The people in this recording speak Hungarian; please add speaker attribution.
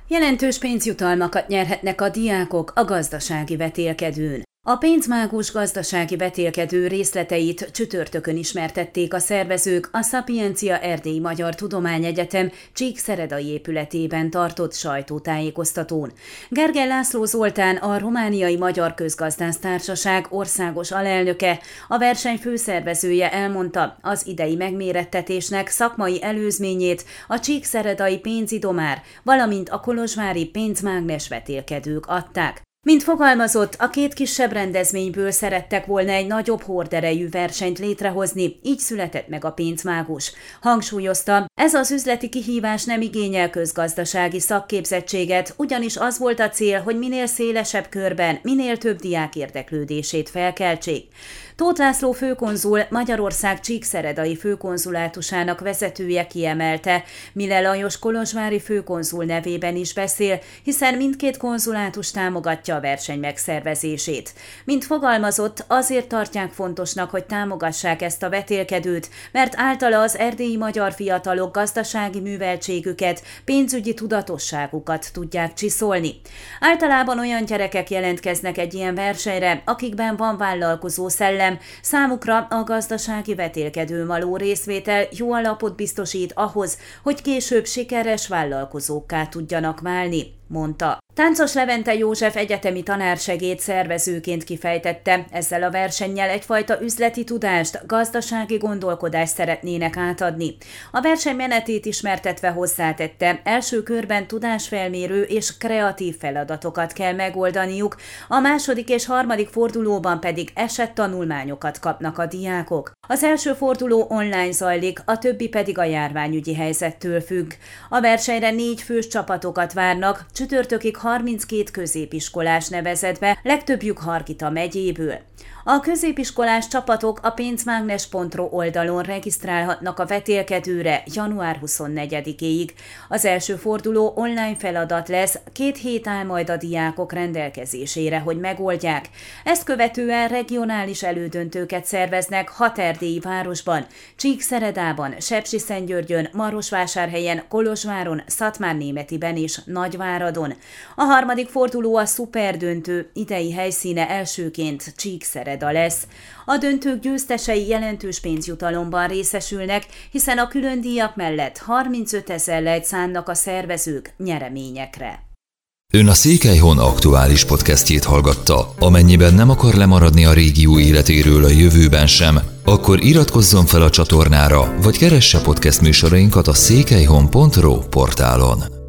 Speaker 1: Jelentős pénzjutalmakat nyerhetnek a diákok a gazdasági vetélkedőn. A pénzmágus gazdasági vetélkedő részleteit csütörtökön ismertették a szervezők a Szapiencia Erdélyi Magyar Tudományegyetem Csíkszeredai épületében tartott sajtótájékoztatón. Gergely László Zoltán, a Romániai Magyar Közgazdásztársaság országos alelnöke, a verseny főszervezője elmondta, az idei megmérettetésnek szakmai előzményét a csíkszeredai pénzidomár, valamint a kolozsvári pénzmágnes vetélkedők adták. Mint fogalmazott, a két kisebb rendezvényből szerettek volna egy nagyobb horderejű versenyt létrehozni, így született meg a pénzmágus. Hangsúlyozta, ez az üzleti kihívás nem igényel közgazdasági szakképzettséget, ugyanis az volt a cél, hogy minél szélesebb körben, minél több diák érdeklődését felkeltsék. Tóth László főkonzul, Magyarország csíkszeredai főkonzulátusának vezetője kiemelte, Mille Lajos kolozsvári főkonzul nevében is beszél, hiszen mindkét konzulátus támogatja a verseny megszervezését. Mint fogalmazott, azért tartják fontosnak, hogy támogassák ezt a vetélkedőt, mert általa az erdélyi magyar fiatalok gazdasági műveltségüket, pénzügyi tudatosságukat tudják csiszolni. Általában olyan gyerekek jelentkeznek egy ilyen versenyre, akikben van vállalkozó szellem, számukra a gazdasági vetélkedőn való részvétel jó alapot biztosít ahhoz, hogy később sikeres vállalkozókká tudjanak válni, mondta. Táncos Levente József egyetemi tanársegéd szervezőként kifejtette, ezzel a versennyel egyfajta üzleti tudást, gazdasági gondolkodást szeretnének átadni. A verseny menetét ismertetve hozzátette, első körben tudásfelmérő és kreatív feladatokat kell megoldaniuk, a második és harmadik fordulóban pedig esettanulmányokat kapnak a diákok. Az első forduló online zajlik, a többi pedig a járványügyi helyzettől függ. A versenyre 4 fős csapatokat várnak, csütörtökig 32 középiskolás nevezett be, legtöbbjük Hargita megyéből. A középiskolás csapatok a pénzmágnes.ro oldalon regisztrálhatnak a vetélkedőre január 24-éig. Az első forduló online feladat lesz, 2 hét áll majd a diákok rendelkezésére, hogy megoldják. Ezt követően regionális elődöntőket szerveznek 6 erdélyi városban, Csíkszeredában, Sepsiszentgyörgyön, Marosvásárhelyen, Kolozsváron, Szatmárnémetiben és Nagyváradon. A harmadik forduló a szuperdöntő, idei helyszíne elsőként Csíkszereda lesz. A döntők győztesei jelentős pénzjutalomban részesülnek, hiszen a külön díjak mellett 35 000 lejt szánnak a szervezők nyereményekre.
Speaker 2: Ön a Székelyhon aktuális podcastjét hallgatta. Amennyiben nem akar lemaradni a régió életéről a jövőben sem, akkor iratkozzon fel a csatornára, vagy keresse podcast műsorainkat a székelyhon.ro portálon.